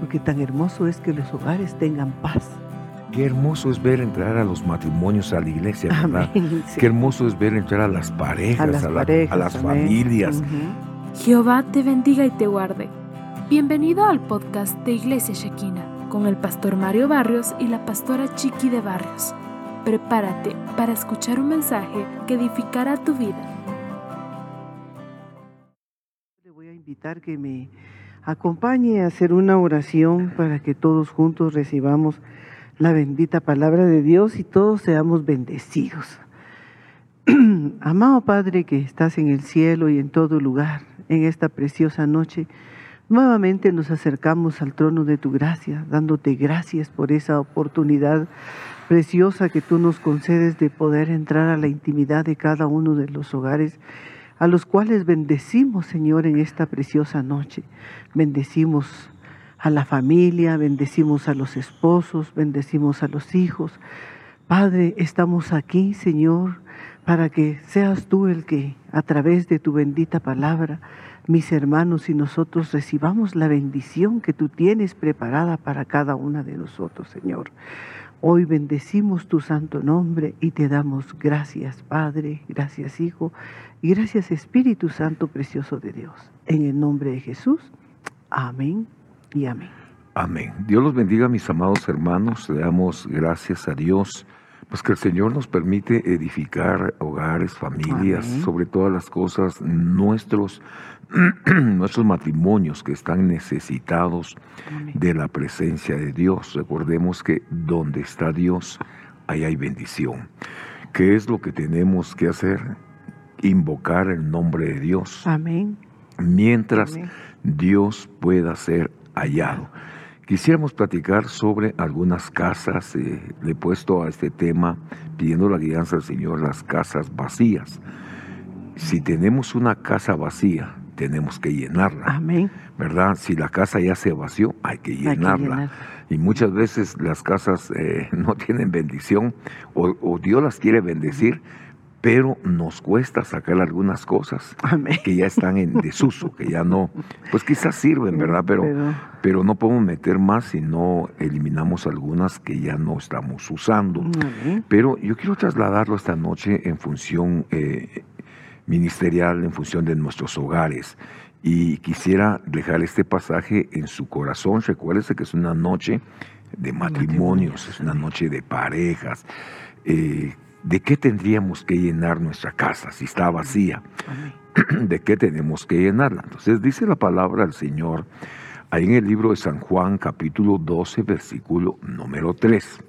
porque tan hermoso es que los hogares tengan paz. Qué hermoso es ver entrar a los matrimonios a la iglesia, ¿verdad? Amén, sí. Qué hermoso es ver entrar a las parejas, a las amén. familias. Jehová te bendiga y te guarde. Bienvenido al podcast de Iglesia Shekinah con el pastor Mario Barrios y la pastora Chiqui de Barrios. Prepárate para escuchar un mensaje que edificará tu vida. Le voy a invitar que me acompañe a hacer una oración para que todos juntos recibamos la bendita palabra de Dios y todos seamos bendecidos. Amado Padre que estás en el cielo y en todo lugar, en esta preciosa noche, nuevamente nos acercamos al trono de tu gracia, dándote gracias por esa oportunidad preciosa que tú nos concedes de poder entrar a la intimidad de cada uno de los hogares, a los cuales bendecimos, Señor, en esta preciosa noche. Bendecimos a la familia, bendecimos a los esposos, bendecimos a los hijos. Padre, estamos aquí, Señor, para que seas tú el que, a través de tu bendita palabra, mis hermanos y nosotros recibamos la bendición que tú tienes preparada para cada una de nosotros, Señor. Hoy bendecimos tu santo nombre y te damos gracias, Padre, gracias, Hijo, y gracias, Espíritu Santo precioso de Dios. En el nombre de Jesús, amén y amén. Amén. Dios los bendiga, mis amados hermanos. Le damos gracias a Dios, pues que el Señor nos permite edificar hogares, familias, Amén. sobre todas las cosas, nuestros matrimonios que están necesitados Amén. de la presencia de Dios. Recordemos que donde está Dios, ahí hay bendición. ¿Qué es lo que tenemos que hacer? Invocar el nombre de Dios. Amén. Mientras Amén. Dios pueda ser hallado. Quisiéramos platicar sobre algunas casas. Le he puesto a este tema, pidiendo la guianza del Señor, las casas vacías. Si tenemos una casa vacía, tenemos que llenarla. Amén. ¿Verdad? Si la casa ya se vació, hay que llenarla. Y muchas veces las casas no tienen bendición o Dios las quiere bendecir, pero nos cuesta sacar algunas cosas. Amén. Que ya están en desuso, que ya no, pues quizás sirven, ¿verdad? Pero no podemos meter más si no eliminamos algunas que ya no estamos usando. Amén. Pero yo quiero trasladarlo esta noche en función ministerial, en función de nuestros hogares. Y quisiera dejar este pasaje en su corazón. Recuérdese que es una noche de matrimonios, es una noche de parejas. ¿De qué tendríamos que llenar nuestra casa si está vacía? Amén. ¿De qué tenemos que llenarla? Entonces dice la palabra del Señor ahí en el libro de San Juan, capítulo 12, versículo número 3.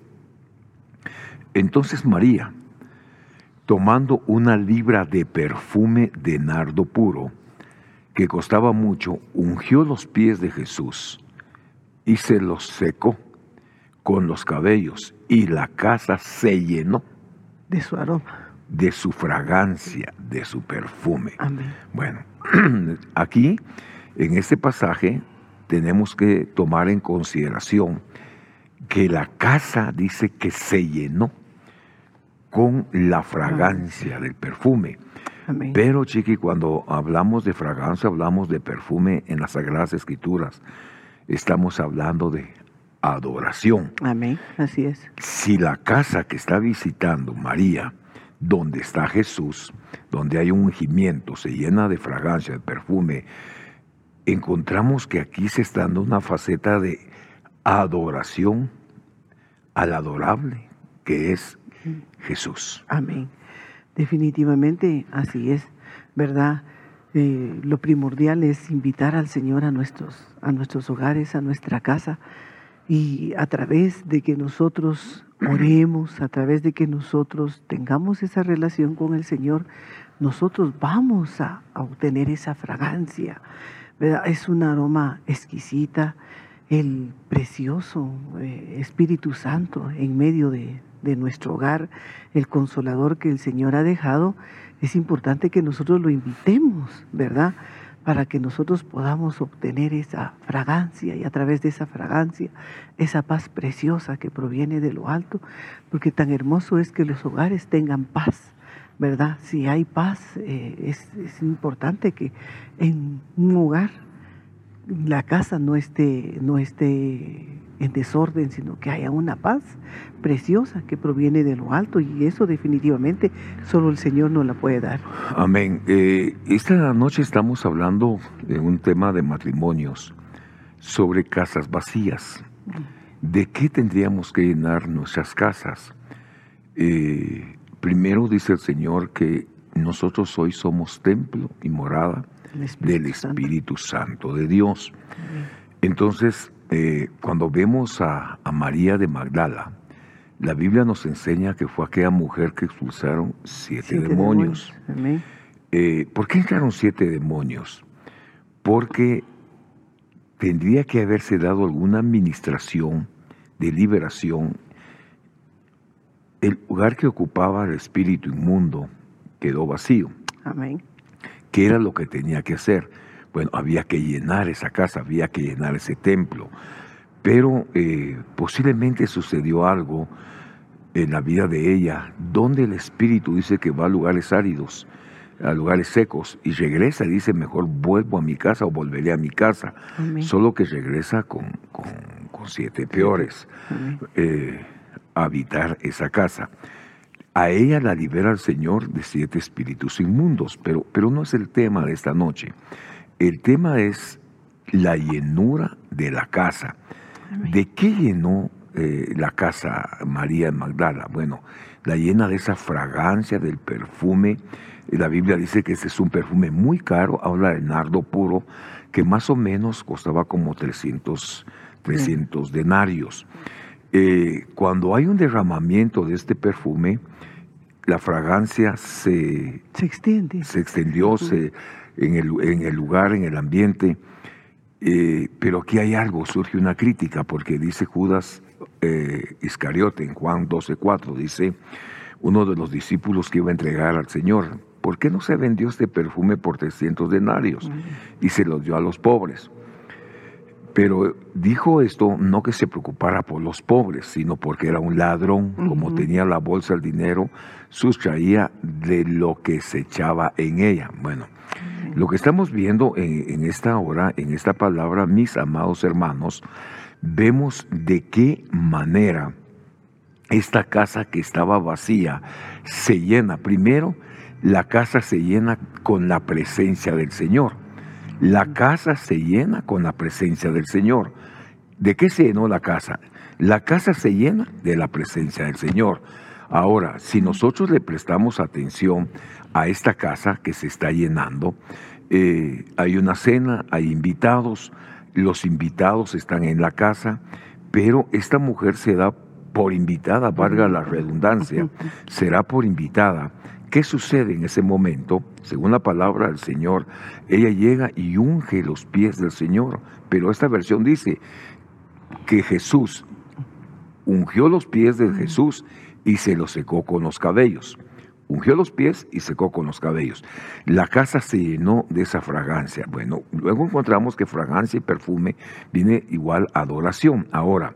Entonces María, tomando una libra de perfume de nardo puro, que costaba mucho, ungió los pies de Jesús y se los secó con los cabellos, y la casa se llenó de su aroma, de su fragancia, de su perfume. Amén. Bueno, aquí, en este pasaje, tenemos que tomar en consideración que la casa dice que se llenó con la fragancia del perfume. Amén. Pero, Chiqui, cuando hablamos de fragancia, hablamos de perfume en las Sagradas Escrituras. Estamos hablando de adoración. Amén, así es. Si la casa que está visitando María, donde está Jesús, donde hay un ungimiento, se llena de fragancia, de perfume, encontramos que aquí se está dando una faceta de adoración al adorable, que es Jesús. Amén. Definitivamente así es, ¿verdad? Lo primordial es invitar al Señor a nuestros hogares, a nuestra casa, y a través de que nosotros oremos, a través de que nosotros tengamos esa relación con el Señor, nosotros vamos a obtener esa fragancia, ¿verdad? Es un aroma exquisita, el precioso Espíritu Santo en medio de nuestro hogar, el consolador que el Señor ha dejado. Es importante que nosotros lo invitemos, ¿verdad?, para que nosotros podamos obtener esa fragancia, y a través de esa fragancia, esa paz preciosa que proviene de lo alto, porque tan hermoso es que los hogares tengan paz, ¿verdad? Si hay paz, es importante que en un hogar la casa no esté en desorden, sino que haya una paz preciosa que proviene de lo alto, y eso definitivamente solo el Señor nos la puede dar. Amén. Esta noche estamos hablando de un tema de matrimonios, sobre casas vacías. ¿De qué tendríamos que llenar nuestras casas? Primero dice el Señor que nosotros hoy somos templo y morada del Espíritu Santo de Dios. Entonces, cuando vemos a María de Magdala, la Biblia nos enseña que fue aquella mujer que expulsaron 7 demonios. Amén. ¿Por qué entraron 7 demonios? Porque tendría que haberse dado alguna administración de liberación. El lugar que ocupaba el espíritu inmundo quedó vacío. Amén. ¿Qué era lo que tenía que hacer? Bueno, había que llenar esa casa, había que llenar ese templo. Pero posiblemente sucedió algo en la vida de ella, donde el espíritu dice que va a lugares áridos, a lugares secos, y regresa y dice, mejor vuelvo a mi casa o volveré a mi casa. Amén. Solo que regresa con 7 peores a habitar esa casa. A ella la libera el Señor de 7 espíritus inmundos, pero no es el tema de esta noche. El tema es la llenura de la casa. Amén. ¿De qué llenó la casa María de Magdala? Bueno, la llena de esa fragancia del perfume. La Biblia dice que ese es un perfume muy caro, habla de nardo puro, que más o menos costaba como 300 denarios. Cuando hay un derramamiento de este perfume, la fragancia se extendió en el lugar, en el ambiente. Pero aquí hay algo, surge una crítica, porque dice Judas Iscariote en Juan 12:4, dice, uno de los discípulos que iba a entregar al Señor, ¿por qué no se vendió este perfume por 300 denarios y se los dio a los pobres? Pero dijo esto no que se preocupara por los pobres, sino porque era un ladrón. Como tenía la bolsa el dinero, sustraía de lo que se echaba en ella. Bueno, lo que estamos viendo en esta hora, en esta palabra, mis amados hermanos, vemos de qué manera esta casa que estaba vacía se llena. Primero, la casa se llena con la presencia del Señor. La casa se llena con la presencia del Señor. ¿De qué se llenó la casa? La casa se llena de la presencia del Señor. Ahora, si nosotros le prestamos atención a esta casa que se está llenando, hay una cena, hay invitados, los invitados están en la casa, pero esta mujer se da por invitada, valga la redundancia, será por invitada. ¿Qué sucede en ese momento? Según la palabra del Señor, ella llega y unge los pies del Señor, pero esta versión dice que Jesús ungió los pies de Jesús y se los secó con los cabellos. Ungió los pies y secó con los cabellos. La casa se llenó de esa fragancia. Bueno, luego encontramos que fragancia y perfume viene igual a adoración. Ahora,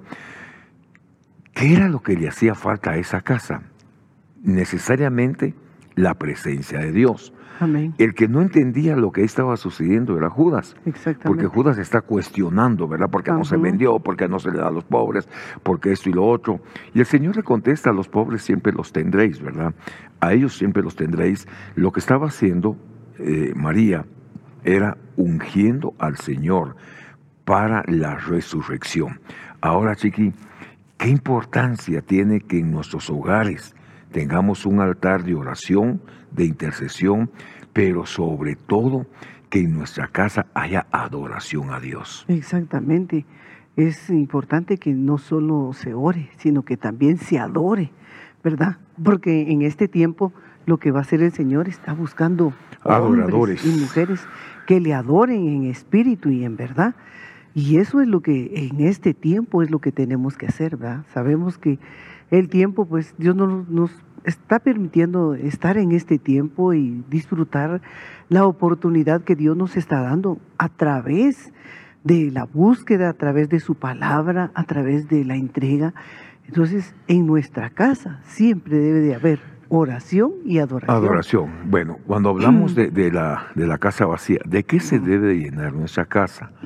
¿qué era lo que le hacía falta a esa casa? Necesariamente la presencia de Dios. Amén. El que no entendía lo que estaba sucediendo era Judas. Exactamente. Porque Judas está cuestionando, ¿verdad? ¿Por qué no se vendió? ¿Por qué no se le da a los pobres? ¿Por qué esto y lo otro? Y el Señor le contesta, a los pobres siempre los tendréis, ¿verdad? A ellos siempre los tendréis. Lo que estaba haciendo María era ungiendo al Señor para la resurrección. Ahora, chiqui, ¿qué importancia tiene que en nuestros hogares tengamos un altar de oración, de intercesión, pero sobre todo que en nuestra casa haya adoración a Dios? Exactamente. Es importante que no solo se ore, sino que también se adore, ¿verdad? Porque en este tiempo lo que va a hacer el Señor está buscando adoradores y mujeres que le adoren en espíritu y en verdad. Y eso es lo que en este tiempo es lo que tenemos que hacer, ¿verdad? Sabemos que el tiempo, pues Dios nos está permitiendo estar en este tiempo y disfrutar la oportunidad que Dios nos está dando a través de la búsqueda, a través de su palabra, a través de la entrega. Entonces, en nuestra casa siempre debe de haber oración y adoración. Adoración. Bueno, cuando hablamos de la casa vacía, ¿de qué se debe llenar nuestra casa?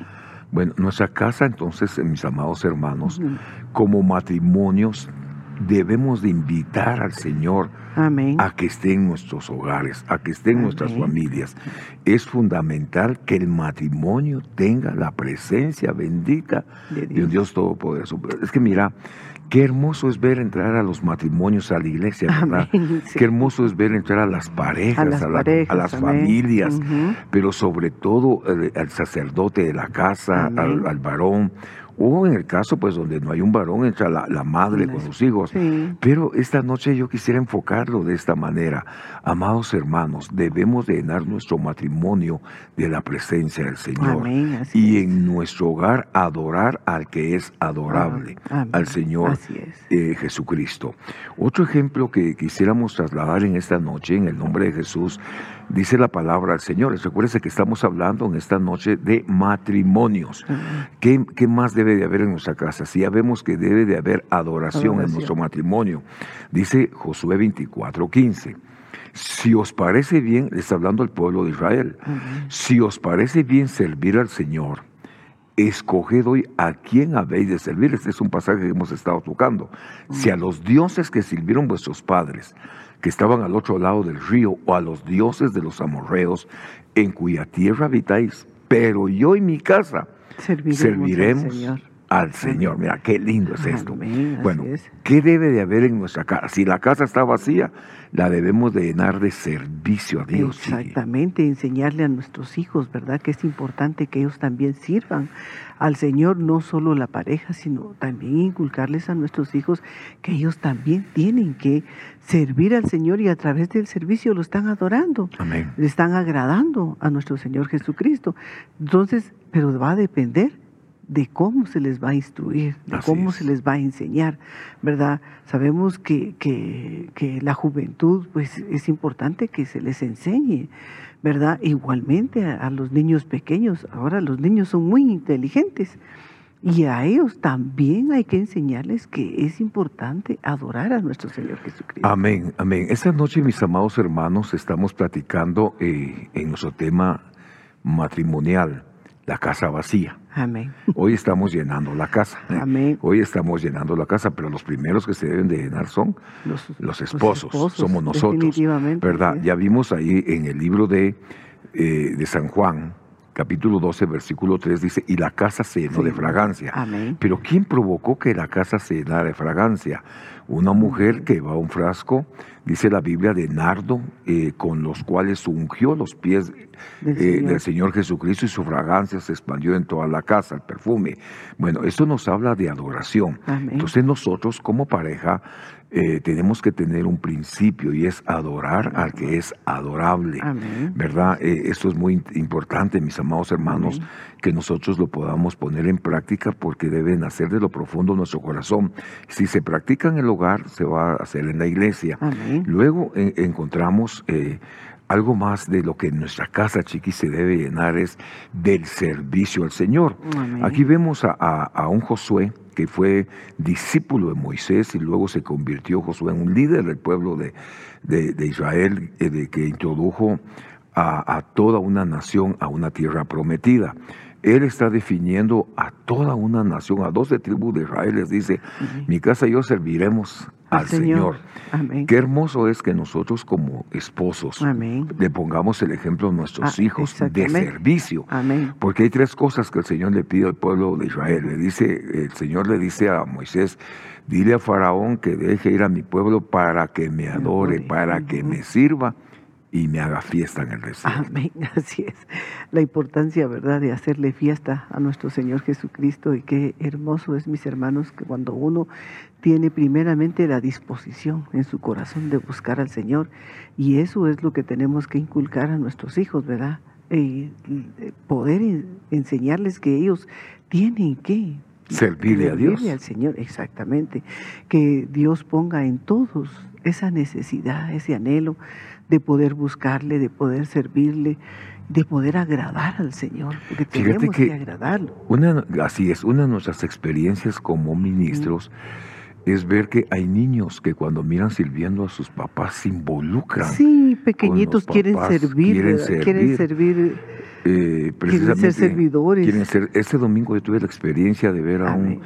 Bueno, nuestra casa, entonces, mis amados hermanos, Ujú. como matrimonios, debemos de invitar al Señor Amén. a que esté en nuestros hogares, a que esté en nuestras Amén. familias. Es fundamental que el matrimonio tenga la presencia bendita de un Dios todopoderoso. Es que mira, qué hermoso es ver entrar a los matrimonios a la iglesia, ¿verdad? Amén, sí. Qué hermoso es ver entrar a las parejas, a las amén. familias, Ujú. pero sobre todo al sacerdote de la casa, Amén. al varón, o en el caso pues donde no hay un varón, entra la madre con los hijos. Sí. Pero esta noche yo quisiera enfocarlo de esta manera. Amados hermanos, debemos de llenar nuestro matrimonio de la presencia del Señor. Amén, así Y es. en nuestro hogar adorar al que es adorable, Amén. al Señor Así es. Jesucristo. Otro ejemplo que quisiéramos trasladar en esta noche, en el nombre de Jesús, dice la palabra al Señor. Recuérdense que estamos hablando en esta noche de matrimonios. Amén. ¿Qué más debe de haber en nuestra casa? Si ya vemos que debe de haber adoración en nuestro matrimonio. Dice Josué 24:15. Si os parece bien, le está hablando al pueblo de Israel, Amén. si os parece bien servir al Señor, escoged hoy a quién habéis de servir. Este es un pasaje que hemos estado tocando. Si a los dioses que sirvieron vuestros padres, que estaban al otro lado del río, o a los dioses de los amorreos, en cuya tierra habitáis, pero yo y mi casa serviremos al Señor. Mira, qué lindo es esto. Amén, Bueno, así es. ¿qué debe de haber en nuestra casa? Si la casa está vacía, la debemos de llenar de servicio a Dios. Exactamente, enseñarle a nuestros hijos, ¿verdad? Que es importante que ellos también sirvan al Señor, no solo la pareja, sino también inculcarles a nuestros hijos que ellos también tienen que servir al Señor y a través del servicio lo están adorando. Amén. Le están agradando a nuestro Señor Jesucristo. Entonces, pero va a depender de cómo se les va a instruir, de cómo se les va a enseñar, ¿verdad? Sabemos que la juventud, pues es importante que se les enseñe, ¿verdad? Igualmente a los niños pequeños. Ahora los niños son muy inteligentes y a ellos también hay que enseñarles que es importante adorar a nuestro Señor Jesucristo. Amén, amén. Esta noche, mis amados hermanos, estamos platicando en nuestro tema matrimonial, la casa vacía. Amén. Hoy estamos llenando la casa. Amén. Hoy estamos llenando la casa, pero los primeros que se deben de llenar son los esposos. Somos nosotros, definitivamente, ¿verdad? sí. Ya vimos ahí en el libro de San Juan, capítulo 12, versículo 3, dice, y la casa se llenó de fragancia. Amén. Pero ¿quién provocó que la casa se llenara de fragancia? Una mujer que va a un frasco, dice la Biblia, de nardo, con los cuales ungió los pies del Señor Jesucristo, y su fragancia se expandió en toda la casa, el perfume. Bueno, esto nos habla de adoración. Amén. Entonces nosotros como pareja tenemos que tener un principio, y es adorar al que es adorable. Amén. ¿Verdad? Esto es muy importante, mis amados hermanos, Amén. que nosotros lo podamos poner en práctica, porque debe nacer de lo profundo de nuestro corazón. Si se practica en el hogar, se va a hacer en la iglesia. Amén. Luego encontramos algo más de lo que en nuestra casa, Chiqui, se debe llenar, es del servicio al Señor. Amén. Aquí vemos a un Josué que fue discípulo de Moisés, y luego se convirtió Josué en un líder del pueblo de Israel, que introdujo a toda una nación a una tierra prometida. Él está definiendo a toda una nación, a 12 tribus de Israel, les dice, mi casa y yo serviremos al Señor. Amén. Qué hermoso es que nosotros como esposos Amén. le pongamos el ejemplo a nuestros hijos de exactamente. servicio. Amén. Porque hay 3 cosas que el Señor le pide al pueblo de Israel. El Señor le dice a Moisés, dile a Faraón que deje ir a mi pueblo para que me adore, para que me sirva y me haga fiesta en el desierto. Amén, así es. La importancia, ¿verdad?, de hacerle fiesta a nuestro Señor Jesucristo, y qué hermoso es, mis hermanos, que cuando uno tiene primeramente la disposición en su corazón de buscar al Señor, y eso es lo que tenemos que inculcar a nuestros hijos, ¿verdad? Poder enseñarles que ellos tienen que servirle a Dios. Al Señor, exactamente. Que Dios ponga en todos esa necesidad, ese anhelo de poder buscarle, de poder servirle, de poder agradar al Señor, porque tenemos que agradarlo. Así es, una de nuestras experiencias como ministros es ver que hay niños que cuando miran sirviendo a sus papás se involucran. Sí, pequeñitos quieren servir. precisamente ser servidores. Quieren ser. Este domingo yo tuve la experiencia de ver a Amén.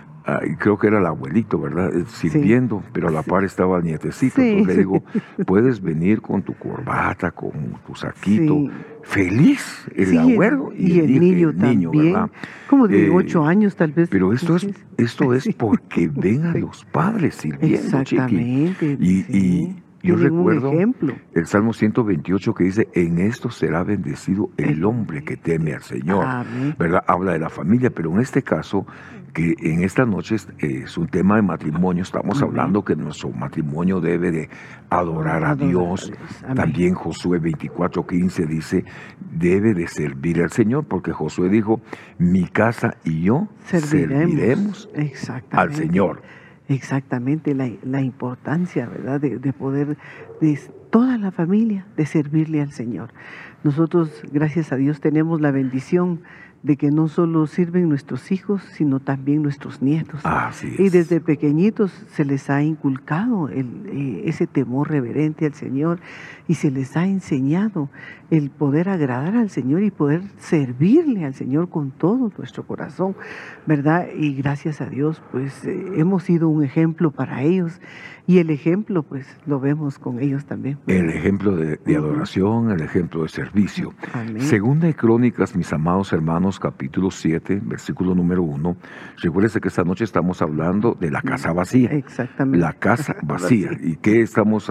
creo que era el abuelito, ¿verdad? Sirviendo, pero a la par estaba el nietecito. Sí. Entonces le digo, puedes venir con tu corbata, con tu saquito, Sí. feliz, el Sí, abuelo y el niño también, ¿verdad? como de 8 años tal vez. Pero esto es Sí. porque ven a los padres sirviendo, Chiqui. Exactamente. Y sí. yo Tienen recuerdo un ejemplo. el Salmo 128 que dice, en esto será bendecido el hombre que teme al Señor. Amén. ¿Verdad? Habla de la familia, pero en este caso, que en esta noche es un tema de matrimonio, estamos Amén. hablando que nuestro matrimonio debe de adorar a Dios. Amén. También Josué 24:15 dice, debe de servir al Señor, porque Josué dijo, mi casa y yo serviremos Exactamente. al Señor. Exactamente, la importancia, ¿verdad?, de poder, de toda la familia, de servirle al Señor. Nosotros, gracias a Dios, tenemos la bendición de que no solo sirven nuestros hijos, sino también nuestros nietos. Así es. Y desde pequeñitos se les ha inculcado ese temor reverente al Señor y se les ha enseñado el poder agradar al Señor y poder servirle al Señor con todo nuestro corazón, ¿verdad? Y gracias a Dios, pues hemos sido un ejemplo para ellos y el ejemplo, pues lo vemos con ellos también. El ejemplo de adoración, el ejemplo de servicio. Amén. Segunda de Crónicas, mis amados hermanos, capítulo 7, versículo número 1. Recuérdense que esta noche estamos hablando de la casa vacía. Exactamente. La casa vacía. ¿Y qué estamos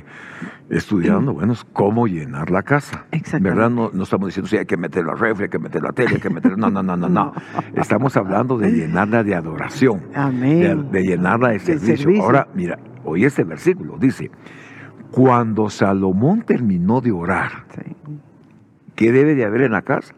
estudiando? Bueno, es cómo llenar la casa. Exactamente. ¿Verdad? No estamos diciendo, sí, hay que meter la refri, hay que meter la tele, hay que meter... No. Estamos hablando de llenarla de adoración. Amén. De llenarla de servicio. Ahora, mira, oye este versículo. Dice, cuando Salomón terminó de orar, Sí. ¿qué debe de haber en la casa?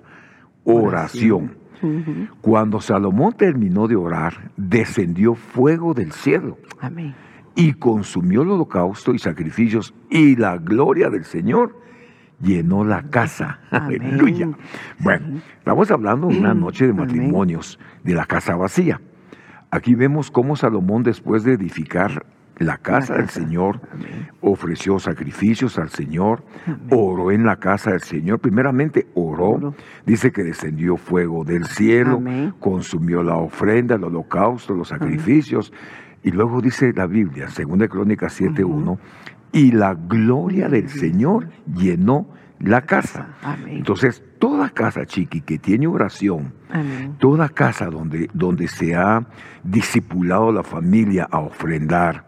Oración. Ujú. Cuando Salomón terminó de orar, descendió fuego del cielo Amén. y consumió el holocausto y sacrificios, y la gloria del Señor llenó la casa. Amén. Aleluya. Bueno, Sí. estamos hablando de una noche de Amén. matrimonios, de la casa vacía. Aquí vemos cómo Salomón, después de edificar la casa del Señor, Amén. ofreció sacrificios al Señor, Amén. oró en la casa del Señor. Primeramente oró, Oró. dice que descendió fuego del cielo, Amén. consumió la ofrenda, el holocausto, los sacrificios. Y luego dice la Biblia, 2 Crónicas 7:1, y la gloria del Señor llenó la casa. Amén. Entonces, toda casa, Chiqui, que tiene oración, Amén. toda casa donde se ha discipulado la familia a ofrendar,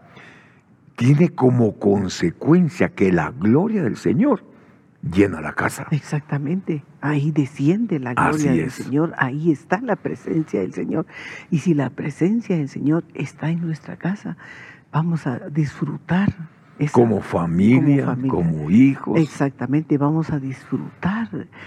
tiene como consecuencia que la gloria del Señor llena la casa. Exactamente, ahí desciende la gloria Así del es. Señor, ahí está la presencia del Señor. Y si la presencia del Señor está en nuestra casa, vamos a disfrutar Como familia, como hijos. Exactamente, vamos a disfrutar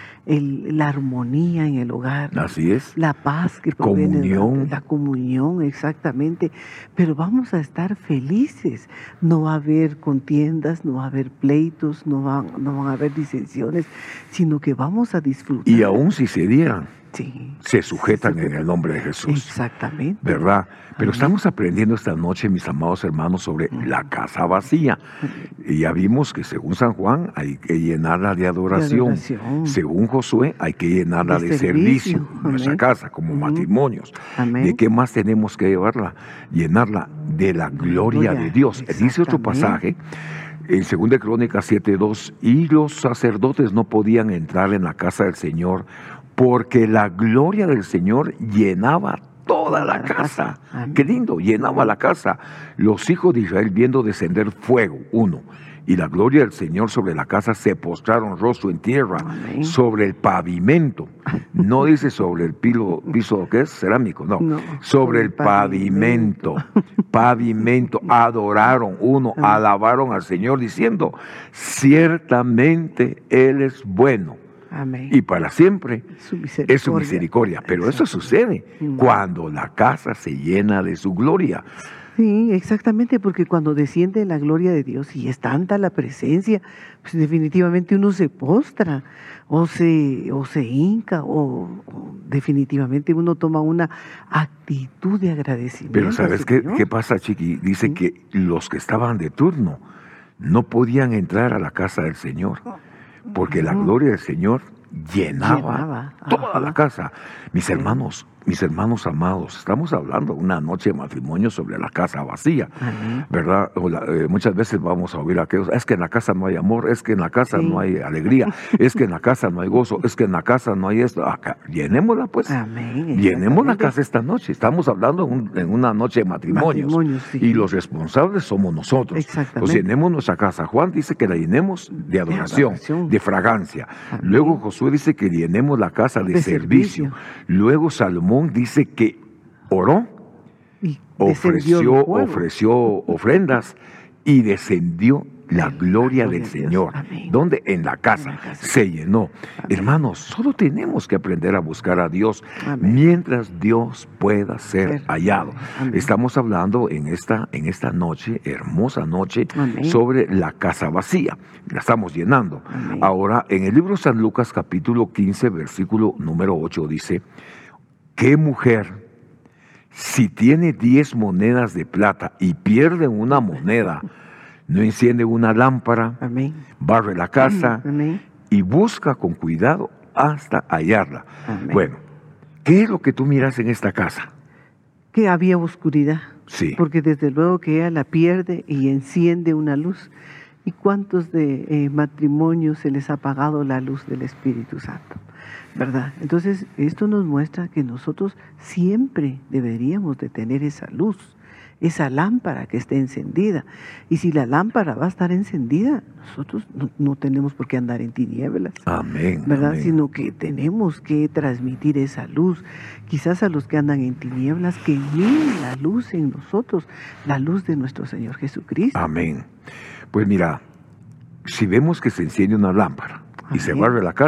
la armonía en el hogar. Así es. La paz que proviene Comunión. la comunión, exactamente. Pero vamos a estar felices. No va a haber contiendas, no va a haber pleitos, no van a haber disensiones, sino que vamos a disfrutar. Y aún si se dieran, Sí. se sujetan en el nombre de Jesús. Exactamente. ¿Verdad? Pero Amén. estamos aprendiendo esta noche, mis amados hermanos, sobre la casa vacía. Y ya vimos que según San Juan hay que llenarla de adoración. Según Josué hay que llenarla de servicio. Nuestra Amén. casa, como matrimonios. Amén. ¿De qué más tenemos que llevarla? Llenarla de la gloria de Dios. Dice otro pasaje, en 2 Crónicas 7:2, y los sacerdotes no podían entrar en la casa del Señor porque la gloria del Señor llenaba toda la casa. Amén. Qué lindo, llenaba la casa. Los hijos de Israel, viendo descender fuego, y la gloria del Señor sobre la casa, se postraron rostro en tierra, Amén. sobre el pavimento. No dice sobre el piso que es cerámico, no. Sobre el pavimento. Pavimento. Adoraron, alabaron al Señor diciendo, ciertamente Él es bueno. Amén. Y para siempre es su misericordia. misericordia. Pero eso sucede cuando la casa se llena de su gloria. Sí, exactamente, porque cuando desciende la gloria de Dios y es tanta la presencia, pues definitivamente uno se postra o se hinca o definitivamente uno toma una actitud de agradecimiento. Pero ¿sabes qué pasa, Chiqui? Dice que los que estaban de turno no podían entrar a la casa del Señor, porque la gloria del Señor llenaba toda la casa. Mis hermanos amados, estamos hablando una noche de matrimonio sobre la casa vacía, ¿verdad? Muchas veces vamos a oír a aquellos, es que en la casa no hay amor, es que en la casa no hay alegría, es que en la casa no hay gozo, es que en la casa no hay esto. Acá, llenémosla pues, llenemos la casa esta noche. Estamos hablando en una noche de matrimonios, y los responsables somos nosotros. Pues llenemos nuestra casa. Juan dice que la llenemos de adoración, de fragancia. Luego Josué dice que llenemos la casa de servicio. Luego Salomón dice que oró, ofreció ofrendas y descendió la gloria del Señor. ¿Dónde? En la casa. Se llenó. Hermanos, solo tenemos que aprender a buscar a Dios mientras Dios pueda ser hallado. Estamos hablando en esta noche, hermosa noche, sobre la casa vacía. La estamos llenando. Ahora, en el libro de San Lucas, capítulo 15, versículo número 8, dice: ¿qué mujer, si tiene 10 monedas de plata y pierde una moneda, no enciende una lámpara, barre la casa y busca con cuidado hasta hallarla? Bueno, ¿qué es lo que tú miras en esta casa? Que había oscuridad. Sí. Porque desde luego que ella la pierde y enciende una luz. ¿Y cuántos de matrimonios se les ha apagado la luz del Espíritu Santo? ¿Verdad? Entonces, esto nos muestra que nosotros siempre deberíamos de tener esa luz, esa lámpara que esté encendida. Y si la lámpara va a estar encendida, nosotros no tenemos por qué andar en tinieblas. Amén. ¿Verdad? Amén. Sino que tenemos que transmitir esa luz. Quizás a los que andan en tinieblas, que miren la luz en nosotros, la luz de nuestro Señor Jesucristo. Amén. Pues mira, si vemos que se enciende una lámpara y se barre la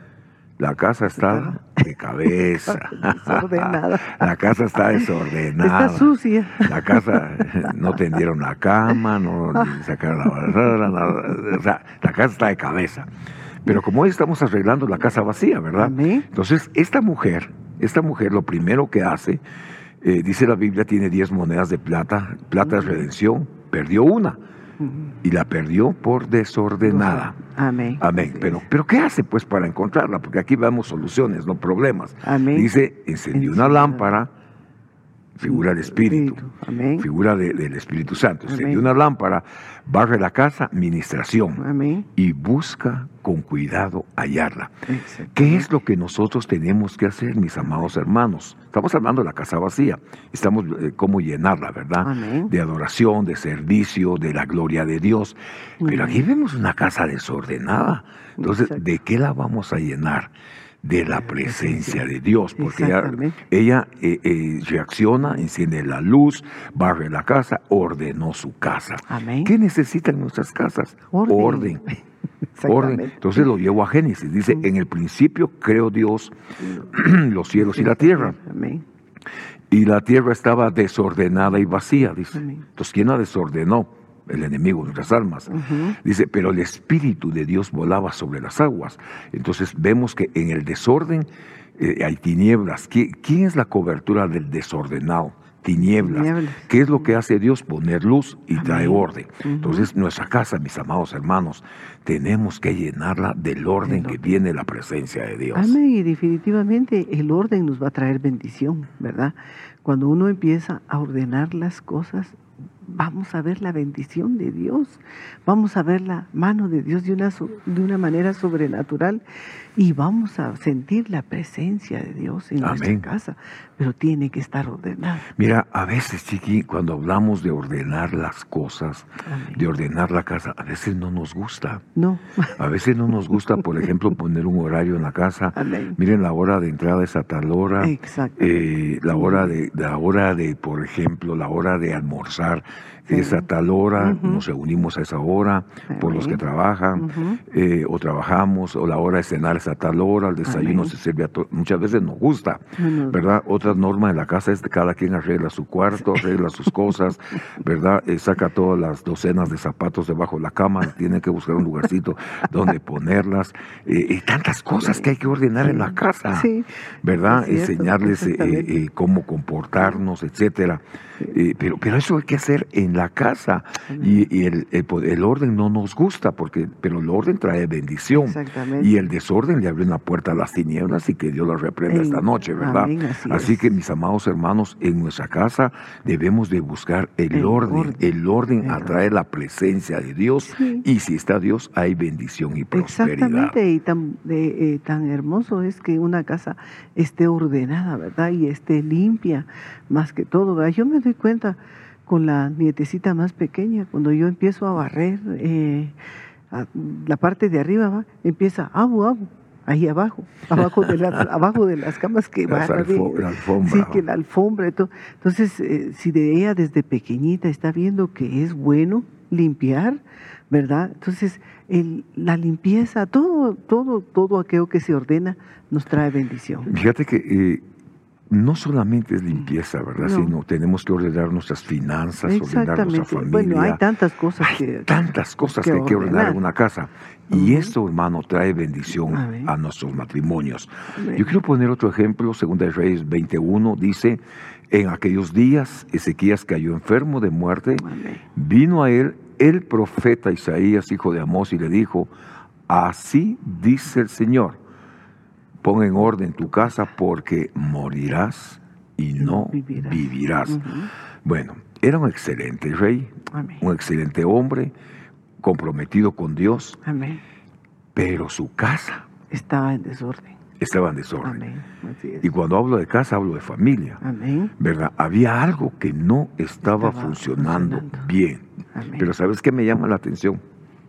casa está de cabeza. Desordenada. La casa está desordenada. Está sucia. La casa, no tendieron la cama, no sacaron la basura, o sea, la casa está de cabeza. Pero como hoy estamos arreglando la casa vacía, ¿verdad? Entonces, esta mujer lo primero que hace, dice la Biblia, tiene 10 monedas de plata. Plata es redención, perdió una. Y la perdió por desordenada. Amén. Pero ¿qué hace pues para encontrarla? Porque aquí vemos soluciones, no problemas. Dice, encendió una lámpara, figura del Espíritu, figura del Espíritu Santo. Encendió una lámpara, barre la casa, ministración, y busca con cuidado hallarla. ¿Qué es lo que nosotros tenemos que hacer, mis amados hermanos? Estamos hablando de la casa vacía, estamos cómo llenarla, ¿verdad? De adoración, de servicio, de la gloria de Dios. Pero aquí vemos una casa desordenada. Entonces, ¿de qué la vamos a llenar? De la presencia de Dios, porque ella reacciona, enciende la luz, barre la casa, ordenó su casa. ¿Qué necesitan nuestras casas? Orden. Entonces lo llevo a Génesis, dice, en el principio creó Dios los cielos y la tierra. Y la tierra estaba desordenada y vacía, dice. Entonces, ¿quién la desordenó? El enemigo de nuestras almas. Dice, pero el Espíritu de Dios volaba sobre las aguas. Entonces vemos que en el desorden hay tinieblas. ¿Quién es la cobertura del desordenado? Tinieblas. ¿Qué es lo que hace Dios? Poner luz y trae orden. Entonces nuestra casa, mis amados hermanos, tenemos que llenarla del orden que viene de la presencia de Dios. Amén. Y definitivamente el orden nos va a traer bendición, ¿verdad? Cuando uno empieza a ordenar las cosas, vamos a ver la bendición de Dios, vamos a ver la mano de Dios de una manera sobrenatural y vamos a sentir la presencia de Dios en nuestra casa, pero tiene que estar ordenada. Mira, a veces, Chiqui, cuando hablamos de ordenar las cosas, de ordenar la casa, a veces no nos gusta. No. A veces no nos gusta, por ejemplo, poner un horario en la casa. Miren, la hora de entrada es a tal hora. Exacto. La hora de, por ejemplo, la hora de almorzar es a tal hora, nos reunimos a esa hora, por los que trabajan, o trabajamos, o la hora de cenar es a tal hora, el desayuno se sirve a muchas veces nos gusta, ¿verdad? Otra norma en la casa es que cada quien arregla su cuarto, arregla sus cosas, ¿verdad? Saca todas las docenas de zapatos debajo de la cama, tiene que buscar un lugarcito donde ponerlas, y tantas cosas que hay que ordenar en la casa, ¿verdad? Enseñarles cómo comportarnos, etcétera. Pero eso hay que hacer en la casa. Y el orden no nos gusta, pero el orden trae bendición. Exactamente. Y el desorden le abre una puerta a las tinieblas y que Dios las reprenda esta noche, ¿verdad? Amén, así que, mis amados hermanos, en nuestra casa debemos de buscar el orden. El orden atrae la presencia de Dios, y si está Dios hay bendición y prosperidad. Exactamente, y tan hermoso es que una casa esté ordenada, ¿verdad? Y esté limpia, más que todo, ¿verdad? Yo me doy cuenta con la nietecita más pequeña, cuando yo empiezo a barrer la parte de arriba, ¿va? Empieza abu, ahí abajo de las camas que la alfombra. Sí, que la alfombra y todo. Entonces, si de ella desde pequeñita está viendo que es bueno limpiar, ¿verdad? Entonces, la limpieza, todo aquello que se ordena nos trae bendición. Fíjate que no solamente es limpieza, ¿verdad? No. Sino tenemos que ordenar nuestras finanzas, ordenar nuestra familia. Bueno, hay tantas cosas que hay que ordenar en una casa. Y esto, hermano, trae bendición a nuestros matrimonios. Yo quiero poner otro ejemplo. 2 Reyes 21 dice: en aquellos días Ezequías cayó enfermo de muerte. Vino a él el profeta Isaías, hijo de Amós, y le dijo: así dice el Señor, pon en orden tu casa porque morirás y no vivirás. Bueno, era un excelente rey, un excelente hombre, comprometido con Dios, pero su casa estaba en desorden. Y cuando hablo de casa, hablo de familia, ¿verdad? Había algo que no estaba funcionando bien. Pero ¿sabes qué me llama la atención?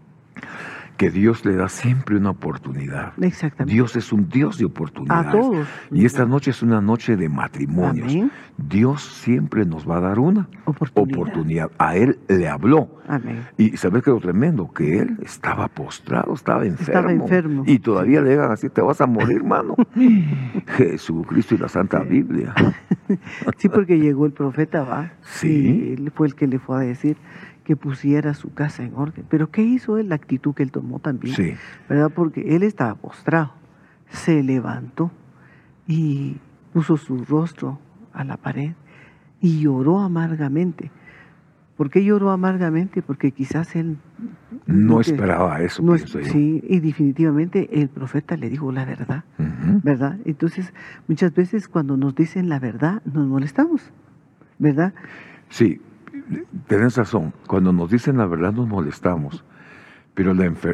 Que Dios le da siempre una oportunidad. Exactamente. Dios es un Dios de oportunidades. A todos. Y esta noche es una noche de matrimonios. Dios siempre nos va a dar una oportunidad. A él le habló. Y ¿sabes qué es lo tremendo? Que él estaba postrado, estaba enfermo. Y todavía le digan así: te vas a morir, hermano. Jesucristo y la Santa Biblia. Sí, porque llegó el profeta, ¿va? Sí. Él fue el que le fue a decir que pusiera su casa en orden. Pero ¿qué hizo él? La actitud que él tomó también, ¿verdad? Porque él estaba postrado, se levantó y puso su rostro a la pared y lloró amargamente. ¿Por qué lloró amargamente? Porque quizás él no esperaba eso, pienso yo. Sí, y definitivamente el profeta le dijo la verdad, ¿verdad? Entonces, muchas veces cuando nos dicen la verdad, nos molestamos, ¿verdad? Sí. Tienes razón, cuando nos dicen la verdad nos molestamos, pero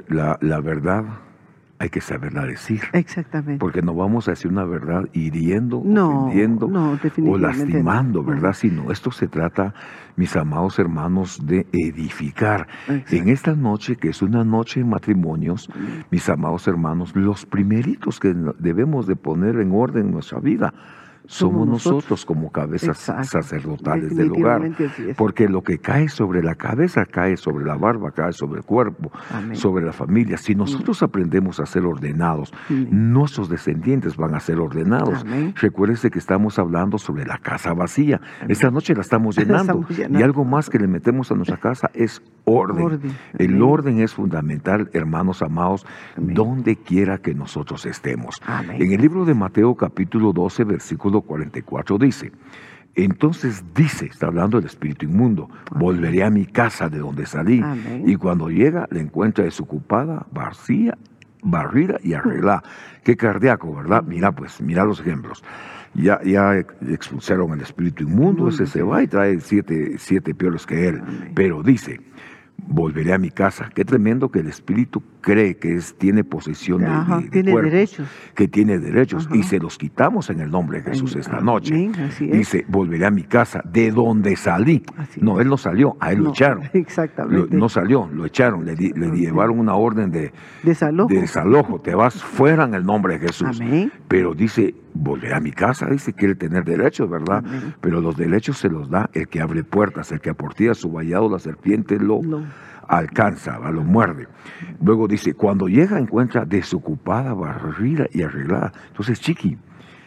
la verdad hay que saberla decir. Exactamente. Porque no vamos a decir una verdad hiriendo, ofendiendo o lastimando, ¿verdad? Sino esto se trata, mis amados hermanos, de edificar. Exacto. En esta noche, que es una noche de matrimonios, mis amados hermanos, los primeritos que debemos de poner en orden nuestra vida somos nosotros como cabezas sacerdotales del hogar, porque lo que cae sobre la cabeza cae sobre la barba, cae sobre el cuerpo, sobre la familia. Si nosotros aprendemos a ser ordenados, nuestros descendientes van a ser ordenados. Recuérdese que estamos hablando sobre la casa vacía. Esta noche la estamos llenando, y algo más que le metemos a nuestra casa es orden. El orden es fundamental, hermanos amados, donde quiera que nosotros estemos. En el libro de Mateo capítulo 12, versículo 44 dice: entonces está hablando del espíritu inmundo, volveré a mi casa de donde salí, y cuando llega la encuentra desocupada, vacía, barrida y arreglada. Qué cardíaco, ¿verdad? Mira los ejemplos. Ya expulsaron el espíritu inmundo, ese se va y trae siete peores que él. Pero dice: volveré a mi casa. Qué tremendo que el espíritu cree que tiene posesión de tiene cuerpos, derechos. Que tiene derechos, y se los quitamos en el nombre de Jesús esta noche. Dice: volveré a mi casa de donde salí. No, él no salió, a él lo echaron. Exactamente. No salió, lo echaron, le llevaron una orden de desalojo. Te vas fuera en el nombre de Jesús. Pero dice: volveré a mi casa. Dice, quiere tener derechos, ¿verdad? Pero los derechos se los da el que abre puertas, el que aportilla su vallado, la serpiente lo alcanza, lo muerde. Luego dice: cuando llega encuentra desocupada, barrida y arreglada. Entonces, chiqui,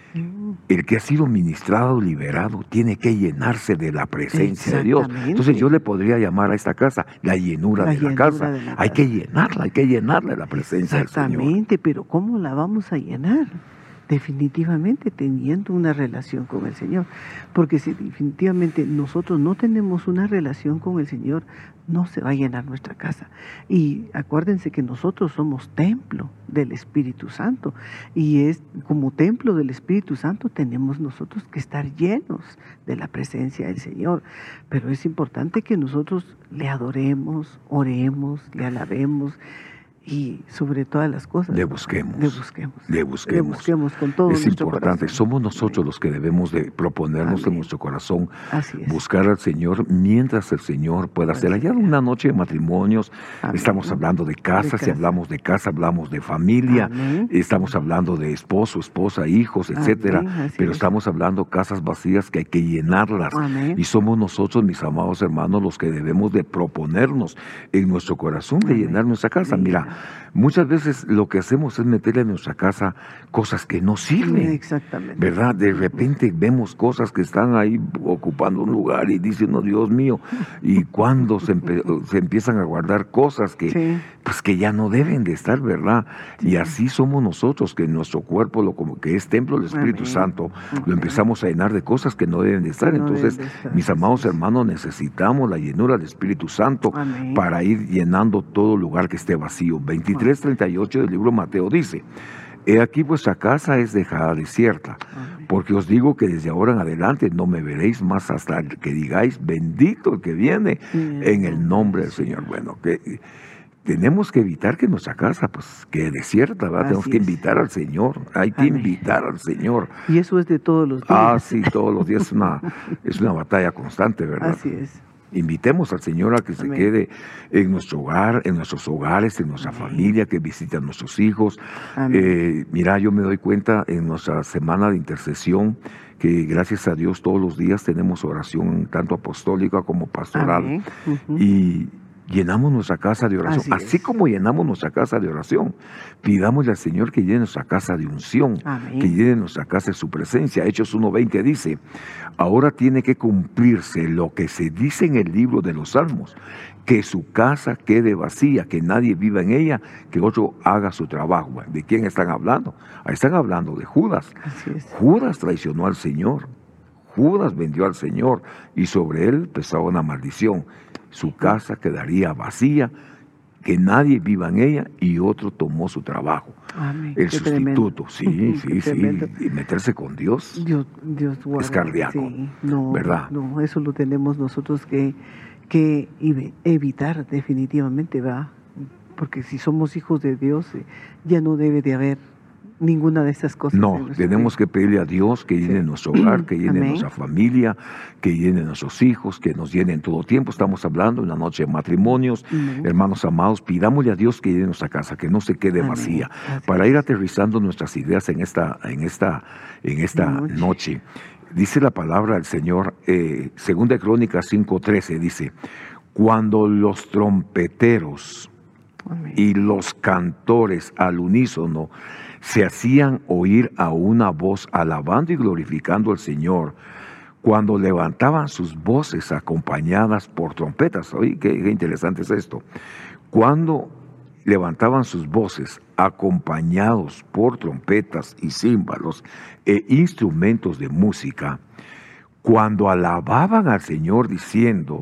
el que ha sido ministrado, liberado, tiene que llenarse de la presencia de Dios. Entonces yo le podría llamar a esta casa la llenura de la casa. Hay que llenarla de la presencia del Señor. Exactamente, pero ¿cómo la vamos a llenar? definitivamente teniendo una relación con el Señor. Porque si definitivamente nosotros no tenemos una relación con el Señor, no se va a llenar nuestra casa. Y acuérdense que nosotros somos templo del Espíritu Santo. Y es como templo del Espíritu Santo tenemos nosotros que estar llenos de la presencia del Señor. Pero es importante que nosotros le adoremos, oremos, le alabemos. Y sobre todas las cosas, le busquemos. Le busquemos con todo es nuestro importante. corazón. Somos nosotros los que debemos de proponernos en nuestro corazón buscar al Señor mientras el Señor pueda hacer. Allá en una noche de matrimonios, estamos hablando de casa. Si hablamos de casa, hablamos de familia. Estamos hablando de esposo, esposa, hijos, etcétera. Pero estamos hablando de casas vacías que hay que llenarlas. Y somos nosotros, mis amados hermanos, los que debemos de proponernos en nuestro corazón de llenar nuestra casa. Mira, muchas veces lo que hacemos es meterle en nuestra casa cosas que no sirven. Exactamente. ¿Verdad? De repente vemos cosas que están ahí ocupando un lugar y dicen, no, Dios mío, y cuando se empiezan a guardar cosas que, pues, que ya no deben de estar, ¿verdad? Y así somos nosotros, que nuestro cuerpo, como que es templo del Espíritu Santo, lo empezamos a llenar de cosas que no deben de estar. Entonces, mis amados hermanos, necesitamos la llenura del Espíritu Santo para ir llenando todo lugar que esté vacío. 23:38 del libro Mateo dice: He aquí vuestra casa es dejada desierta, porque os digo que desde ahora en adelante no me veréis más hasta que digáis, bendito el que viene en el nombre del Señor. Bueno, que tenemos que evitar que nuestra casa pues quede desierta, ¿verdad? Tenemos que invitar al Señor, hay que invitar al Señor. Y eso es de todos los días. Ah, sí, todos los días es una batalla constante, ¿verdad? Así es. Invitemos al Señor a que se quede en nuestro hogar, en nuestros hogares, en nuestra familia, que visite a nuestros hijos. Mira, yo me doy cuenta en nuestra semana de intercesión que gracias a Dios todos los días tenemos oración tanto apostólica como pastoral. Y llenamos nuestra casa de oración. Así como llenamos nuestra casa de oración, pidámosle al Señor que llene nuestra casa de unción, que llene nuestra casa de su presencia. Hechos 1:20 dice: ahora tiene que cumplirse lo que se dice en el libro de los Salmos, que su casa quede vacía, que nadie viva en ella, que otro haga su trabajo. ¿De quién están hablando? Ahí están hablando de Judas. Judas traicionó al Señor. Judas vendió al Señor y sobre él pesaba una maldición. Su casa quedaría vacía, que nadie viva en ella, y otro tomó su trabajo. El sustituto, tremendo. Sí. Y meterse con Dios, Dios es cardíaco, ¿verdad? No, eso lo tenemos nosotros que evitar definitivamente, ¿va? Porque si somos hijos de Dios, ya no debe de haber ninguna de esas cosas. No, tenemos que pedirle a Dios que llene nuestro hogar, que llene nuestra familia, que llene nuestros hijos, que nos llene en todo tiempo. Estamos hablando de una noche de matrimonios. Hermanos amados, pidámosle a Dios que llene nuestra casa, que no se quede vacía, para ir aterrizando nuestras ideas en esta noche. Dice la palabra del Señor, 2 Crónicas 5:13, dice: cuando los trompeteros y los cantores al unísono se hacían oír a una voz alabando y glorificando al Señor, cuando levantaban sus voces acompañadas por trompetas. Oye, qué interesante es esto. Cuando levantaban sus voces acompañados por trompetas y címbalos e instrumentos de música, cuando alababan al Señor diciendo: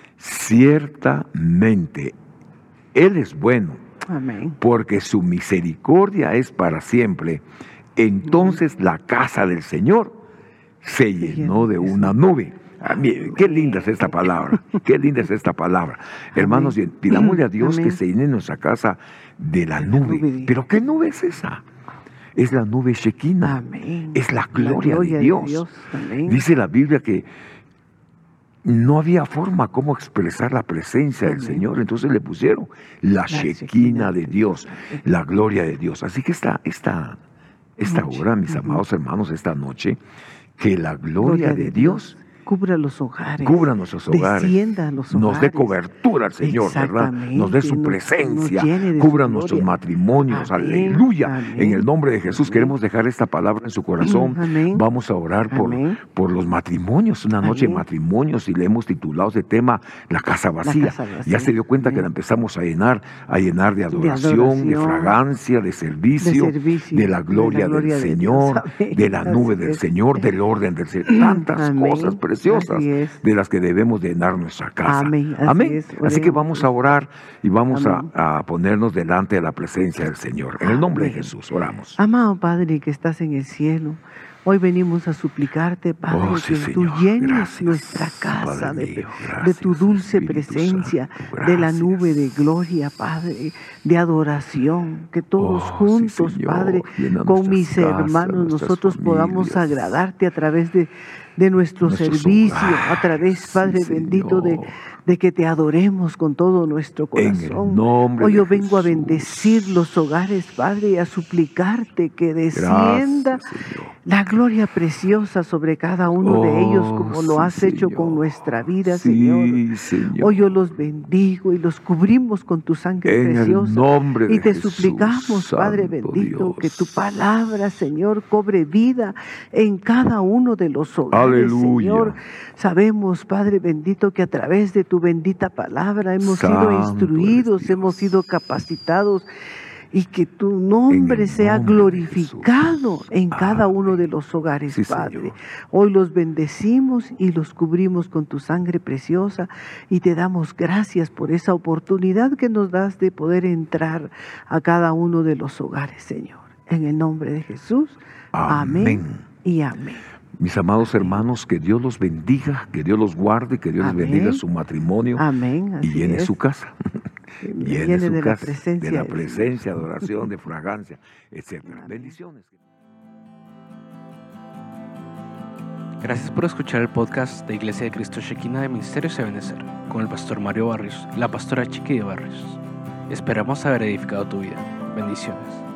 ciertamente Él es bueno, porque su misericordia es para siempre. Entonces la casa del Señor se llenó de una nube. Qué linda es esta palabra, qué linda es esta palabra. Hermanos, pidámosle a Dios que se llene nuestra casa de la nube. ¿Pero qué nube es esa? Es la nube Shekinah, es la gloria de Dios. Dice la Biblia que no había forma como expresar la presencia del Señor, entonces le pusieron la Shekinah de Dios, la gloria de Dios. Así que esta hora, mis amados hermanos, esta noche, que la gloria de Dios cubra los hogares. Cubra nuestros hogares. Descienda a los hogares. Nos dé cobertura al Señor, ¿verdad? Nos dé su presencia. Cubra nuestros matrimonios. Amén. Aleluya. Amén. En el nombre de Jesús Amén. queremos dejar esta palabra en su corazón. Amén. Vamos a orar Amén. por los matrimonios. Una noche de Amén. matrimonios, y le hemos titulado ese tema La casa vacía. casa vacía. Ya se dio cuenta Amén. que la empezamos a llenar de adoración, de fragancia, de servicio, de la gloria del de Señor, Dios. Amén. de la nube Así del es. Señor, del orden del Señor. Tantas Amén. cosas preciosas Así es. de las que debemos llenar nuestra casa. Amén. Así Amén. es. Así que Oremos. vamos a orar y vamos Amén. a ponernos delante de la presencia del Señor. En el nombre de Amén. Jesús, oramos. Amado Padre que estás en el cielo, hoy venimos a suplicarte, Padre, Oh, sí, que tú Señor. llenes Gracias, nuestra casa Padre de mío. tu Gracias, dulce Espíritu presencia, Santo. de la Gracias. nube de gloria, Padre, de adoración, que todos Oh, sí, juntos, Señor. Padre, Llena con nuestras mis casas, hermanos, nuestras nosotros podamos familias. agradarte a través de nuestro Nuestros servicio, hogares, a través, Padre sí, bendito, Señor. de que te adoremos con todo nuestro En el corazón. nombre Hoy de yo vengo a Jesús. bendecir los hogares, Padre, y a suplicarte que descienda Gracias, Señor. la gloria preciosa sobre cada uno de ellos, como lo sí, has hecho con Señor. nuestra vida, Sí, Señor. Señor. Hoy yo los bendigo y los cubrimos con tu sangre En el preciosa. nombre de Y te Jesús, suplicamos, Padre Santo bendito, Dios. que tu palabra, Señor, cobre vida en cada uno de los hogares, Aleluya. Señor. Sabemos, Padre bendito, que a través de tu bendita palabra hemos sido Santo instruidos, eres Dios. hemos sido capacitados, y que tu nombre el sea nombre de glorificado Jesús. en cada Amén. uno de los hogares, Sí, Padre. Señor. Hoy los bendecimos y los cubrimos con tu sangre preciosa, y te damos gracias por esa oportunidad que nos das de poder entrar a cada uno de los hogares, Señor. En el nombre de Jesús. Amén, Amén. y amén. Mis amados hermanos, que Dios los bendiga, que Dios los guarde, que Dios les Amén. bendiga su matrimonio Amén. y así llene es. su casa. Llene Llene su de la casa presencia de la del Señor. presencia, adoración, de fragancia, etc. Amén. Bendiciones. Gracias por escuchar el podcast de Iglesia de Cristo Shekinah de Ministerios Ebenezer con el pastor Mario Barrios y la pastora Chiqui de Barrios. Esperamos haber edificado tu vida. Bendiciones.